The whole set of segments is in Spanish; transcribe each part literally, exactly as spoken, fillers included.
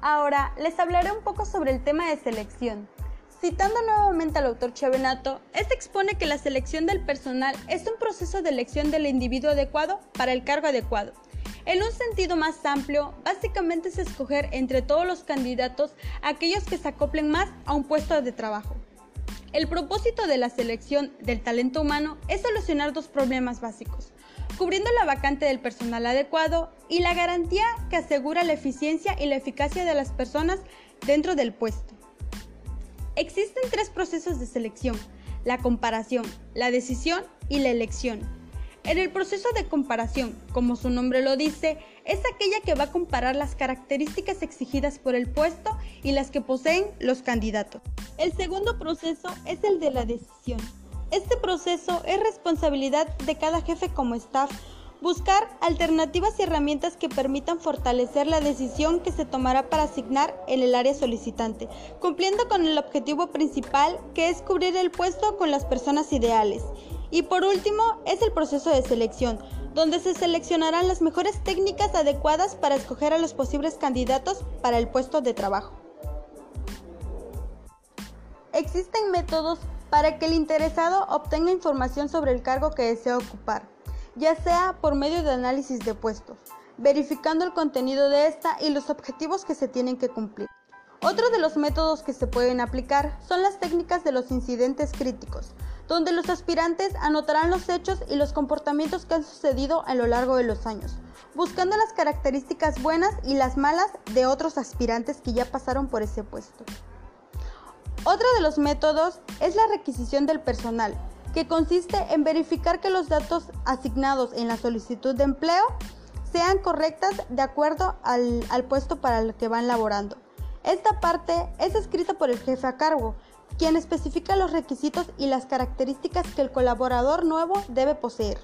Ahora les hablaré un poco sobre el tema de selección. Citando nuevamente al autor Chevenato, este expone que la selección del personal es un proceso de elección del individuo adecuado para el cargo adecuado. En un sentido más amplio, básicamente es escoger entre todos los candidatos aquellos que se acoplen más a un puesto de trabajo. El propósito de la selección del talento humano es solucionar dos problemas básicos, cubriendo la vacante del personal adecuado y la garantía que asegura la eficiencia y la eficacia de las personas dentro del puesto. Existen tres procesos de selección: la comparación, la decisión y la elección. En el proceso de comparación, como su nombre lo dice, es aquella que va a comparar las características exigidas por el puesto y las que poseen los candidatos. El segundo proceso es el de la decisión. Este proceso es responsabilidad de cada jefe como staff buscar alternativas y herramientas que permitan fortalecer la decisión que se tomará para asignar en el área solicitante, cumpliendo con el objetivo principal, que es cubrir el puesto con las personas ideales. Y por último, es el proceso de selección, donde se seleccionarán las mejores técnicas adecuadas para escoger a los posibles candidatos para el puesto de trabajo. Existen métodos para que el interesado obtenga información sobre el cargo que desea ocupar, ya sea por medio de análisis de puestos, verificando el contenido de esta y los objetivos que se tienen que cumplir. Otro de los métodos que se pueden aplicar son las técnicas de los incidentes críticos, donde los aspirantes anotarán los hechos y los comportamientos que han sucedido a lo largo de los años, buscando las características buenas y las malas de otros aspirantes que ya pasaron por ese puesto. Otro de los métodos es la requisición del personal, que consiste en verificar que los datos asignados en la solicitud de empleo sean correctas de acuerdo al, al puesto para el que van laborando. Esta parte es escrita por el jefe a cargo, quien especifica los requisitos y las características que el colaborador nuevo debe poseer.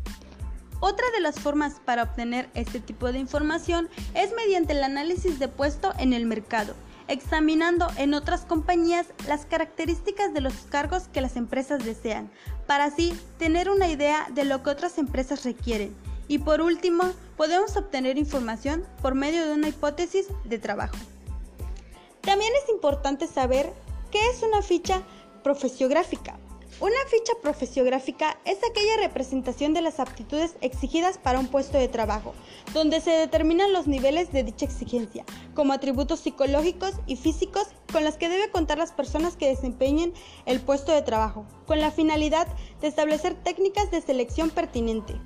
Otra de las formas para obtener este tipo de información es mediante el análisis de puesto en el mercado, examinando en otras compañías las características de los cargos que las empresas desean, para así tener una idea de lo que otras empresas requieren. Y por último, podemos obtener información por medio de una hipótesis de trabajo. También es importante saber qué es una ficha profesiográfica. Una ficha profesiográfica es aquella representación de las aptitudes exigidas para un puesto de trabajo, donde se determinan los niveles de dicha exigencia, como atributos psicológicos y físicos con los que debe contar las personas que desempeñen el puesto de trabajo, con la finalidad de establecer técnicas de selección pertinente.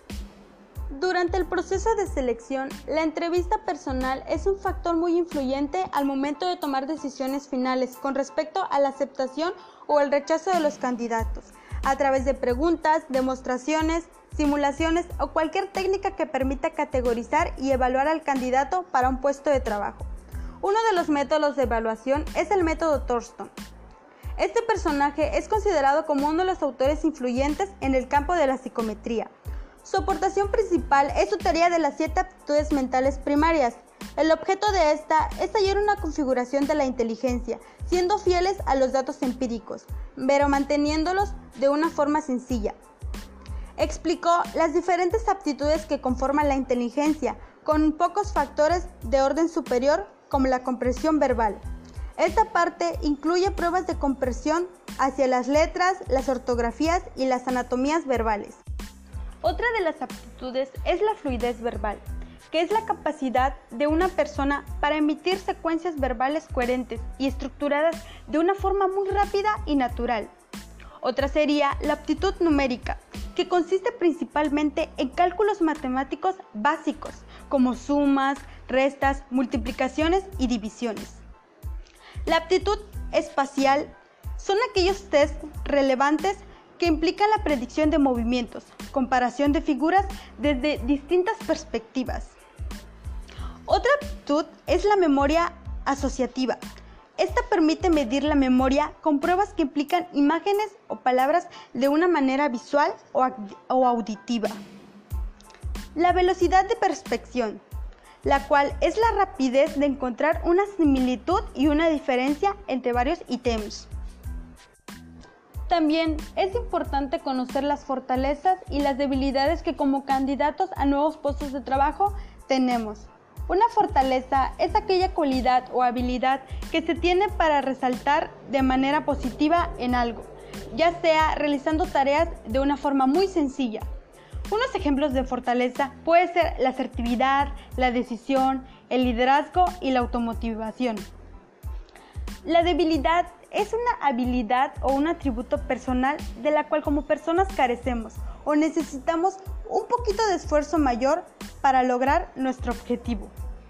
Durante el proceso de selección, la entrevista personal es un factor muy influyente al momento de tomar decisiones finales con respecto a la aceptación o el rechazo de los candidatos, a través de preguntas, demostraciones, simulaciones o cualquier técnica que permita categorizar y evaluar al candidato para un puesto de trabajo. Uno de los métodos de evaluación es el método Thornton. Este personaje es considerado como uno de los autores influyentes en el campo de la psicometría. Su aportación principal es su teoría de las siete aptitudes mentales primarias. El objeto de esta es hallar una configuración de la inteligencia, siendo fieles a los datos empíricos, pero manteniéndolos de una forma sencilla. Explicó las diferentes aptitudes que conforman la inteligencia, con pocos factores de orden superior, como la comprensión verbal. Esta parte incluye pruebas de comprensión hacia las letras, las ortografías y las anatomías verbales. Otra de las aptitudes es la fluidez verbal, que es la capacidad de una persona para emitir secuencias verbales coherentes y estructuradas de una forma muy rápida y natural. Otra sería la aptitud numérica, que consiste principalmente en cálculos matemáticos básicos, como sumas, restas, multiplicaciones y divisiones. La aptitud espacial son aquellos test relevantes que implican la predicción de movimientos, comparación de figuras desde distintas perspectivas. Otra aptitud es la memoria asociativa. Esta permite medir la memoria con pruebas que implican imágenes o palabras de una manera visual o, o auditiva. La velocidad de percepción, la cual es la rapidez de encontrar una similitud y una diferencia entre varios ítems. También es importante conocer las fortalezas y las debilidades que como candidatos a nuevos puestos de trabajo tenemos. Una fortaleza es aquella cualidad o habilidad que se tiene para resaltar de manera positiva en algo, ya sea realizando tareas de una forma muy sencilla. Unos ejemplos de fortaleza pueden ser la asertividad, la decisión, el liderazgo y la automotivación. La debilidad es una habilidad o un atributo personal de la cual como personas carecemos o necesitamos un poquito de esfuerzo mayor para lograr nuestro objetivo.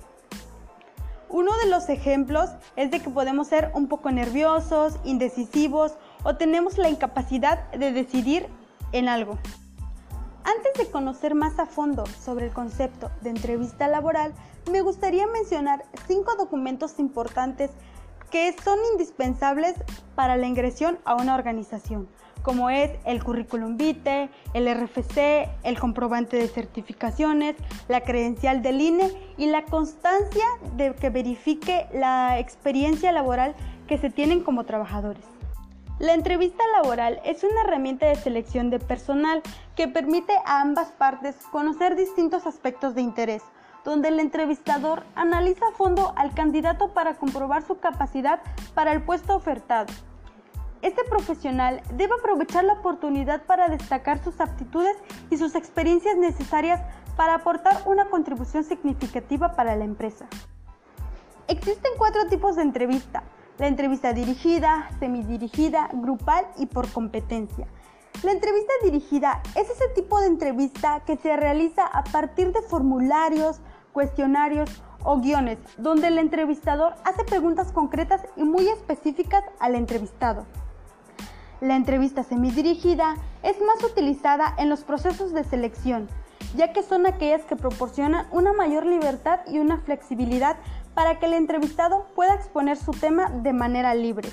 Uno de los ejemplos es de que podemos ser un poco nerviosos, indecisivos o tenemos la incapacidad de decidir en algo. Antes de conocer más a fondo sobre el concepto de entrevista laboral, me gustaría mencionar cinco documentos importantes que son indispensables para la ingresión a una organización, como es el currículum vitae, el R F C, el comprobante de certificaciones, la credencial del I N E y la constancia de que verifique la experiencia laboral que se tienen como trabajadores. La entrevista laboral es una herramienta de selección de personal que permite a ambas partes conocer distintos aspectos de interés, donde el entrevistador analiza a fondo al candidato para comprobar su capacidad para el puesto ofertado. Este profesional debe aprovechar la oportunidad para destacar sus aptitudes y sus experiencias necesarias para aportar una contribución significativa para la empresa. Existen cuatro tipos de entrevista: la entrevista dirigida, semidirigida, grupal y por competencia. La entrevista dirigida es ese tipo de entrevista que se realiza a partir de formularios, cuestionarios o guiones, donde el entrevistador hace preguntas concretas y muy específicas al entrevistado. La entrevista semidirigida es más utilizada en los procesos de selección, ya que son aquellas que proporcionan una mayor libertad y una flexibilidad para que el entrevistado pueda exponer su tema de manera libre.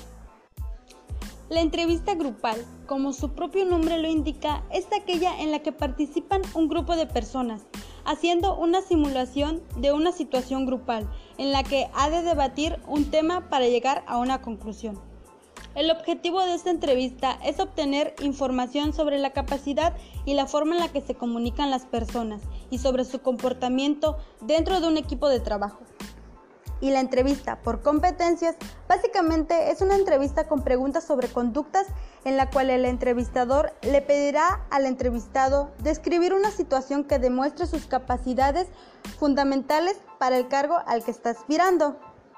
La entrevista grupal, como su propio nombre lo indica, es aquella en la que participan un grupo de personas, haciendo una simulación de una situación grupal, en la que ha de debatir un tema para llegar a una conclusión. El objetivo de esta entrevista es obtener información sobre la capacidad y la forma en la que se comunican las personas y sobre su comportamiento dentro de un equipo de trabajo. Y la entrevista por competencias básicamente es una entrevista con preguntas sobre conductas en la cual el entrevistador le pedirá al entrevistado describir una situación que demuestre sus capacidades fundamentales para el cargo al que está aspirando.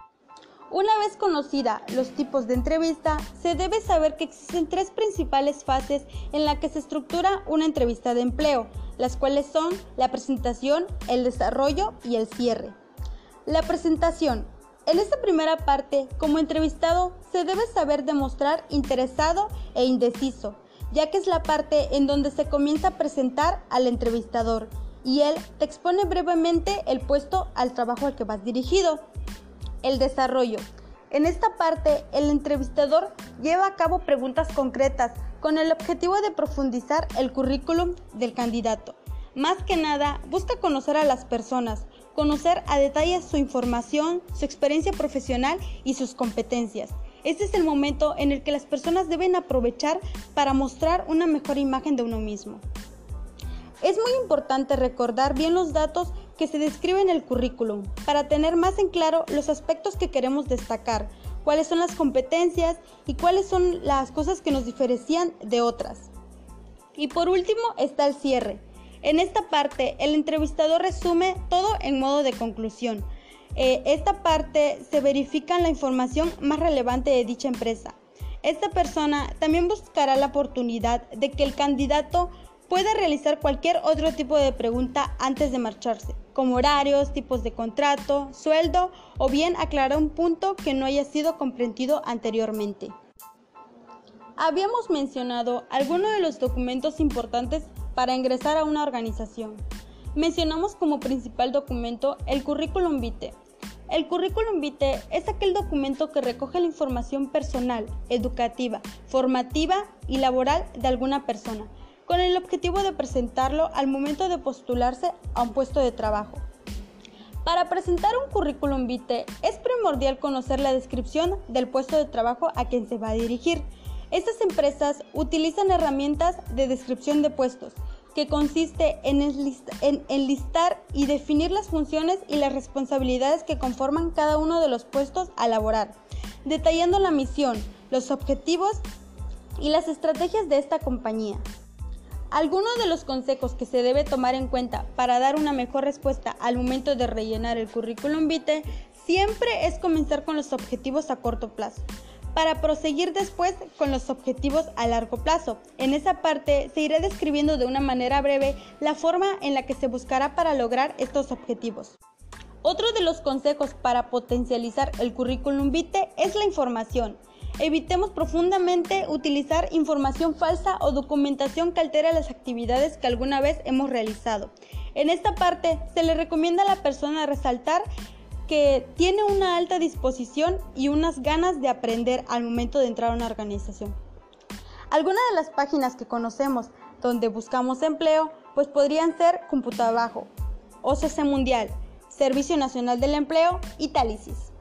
Una vez conocida los tipos de entrevista, se debe saber que existen tres principales fases en las que se estructura una entrevista de empleo, las cuales son la presentación, el desarrollo y el cierre. La presentación. En esta primera parte, como entrevistado, se debe saber demostrar interesado e indeciso, ya que es la parte en donde se comienza a presentar al entrevistador y él te expone brevemente el puesto al trabajo al que vas dirigido. El desarrollo. En esta parte, el entrevistador lleva a cabo preguntas concretas con el objetivo de profundizar el currículum del candidato. Más que nada, busca conocer a las personas, conocer a detalle su información, su experiencia profesional y sus competencias. Este es el momento en el que las personas deben aprovechar para mostrar una mejor imagen de uno mismo. Es muy importante recordar bien los datos que se describen en el currículum para tener más en claro los aspectos que queremos destacar, cuáles son las competencias y cuáles son las cosas que nos diferencian de otras. Y por último está el cierre. En esta parte, el entrevistador resume todo en modo de conclusión. Eh, esta parte se verifica la información más relevante de dicha empresa. Esta persona también buscará la oportunidad de que el candidato pueda realizar cualquier otro tipo de pregunta antes de marcharse, como horarios, tipos de contrato, sueldo o bien aclarar un punto que no haya sido comprendido anteriormente. Habíamos mencionado algunos de los documentos importantes para ingresar a una organización. Mencionamos como principal documento el currículum vitae. El currículum vitae es aquel documento que recoge la información personal, educativa, formativa y laboral de alguna persona, con el objetivo de presentarlo al momento de postularse a un puesto de trabajo. Para presentar un currículum vitae es primordial conocer la descripción del puesto de trabajo a quien se va a dirigir. Estas empresas utilizan herramientas de descripción de puestos, que consiste en enlistar y definir las funciones y las responsabilidades que conforman cada uno de los puestos a laborar, detallando la misión, los objetivos y las estrategias de esta compañía. Algunos de los consejos que se debe tomar en cuenta para dar una mejor respuesta al momento de rellenar el currículum vitae siempre es comenzar con los objetivos a corto plazo, para proseguir después con los objetivos a largo plazo. En esa parte se irá describiendo de una manera breve la forma en la que se buscará para lograr estos objetivos. Otro de los consejos para potencializar el currículum vitae es la información. Evitemos profundamente utilizar información falsa o documentación que altere las actividades que alguna vez hemos realizado. En esta parte se le recomienda a la persona resaltar que tiene una alta disposición y unas ganas de aprender al momento de entrar a una organización. Algunas de las páginas que conocemos donde buscamos empleo pues podrían ser Computrabajo, O C C Mundial, Servicio Nacional del Empleo y Talicis.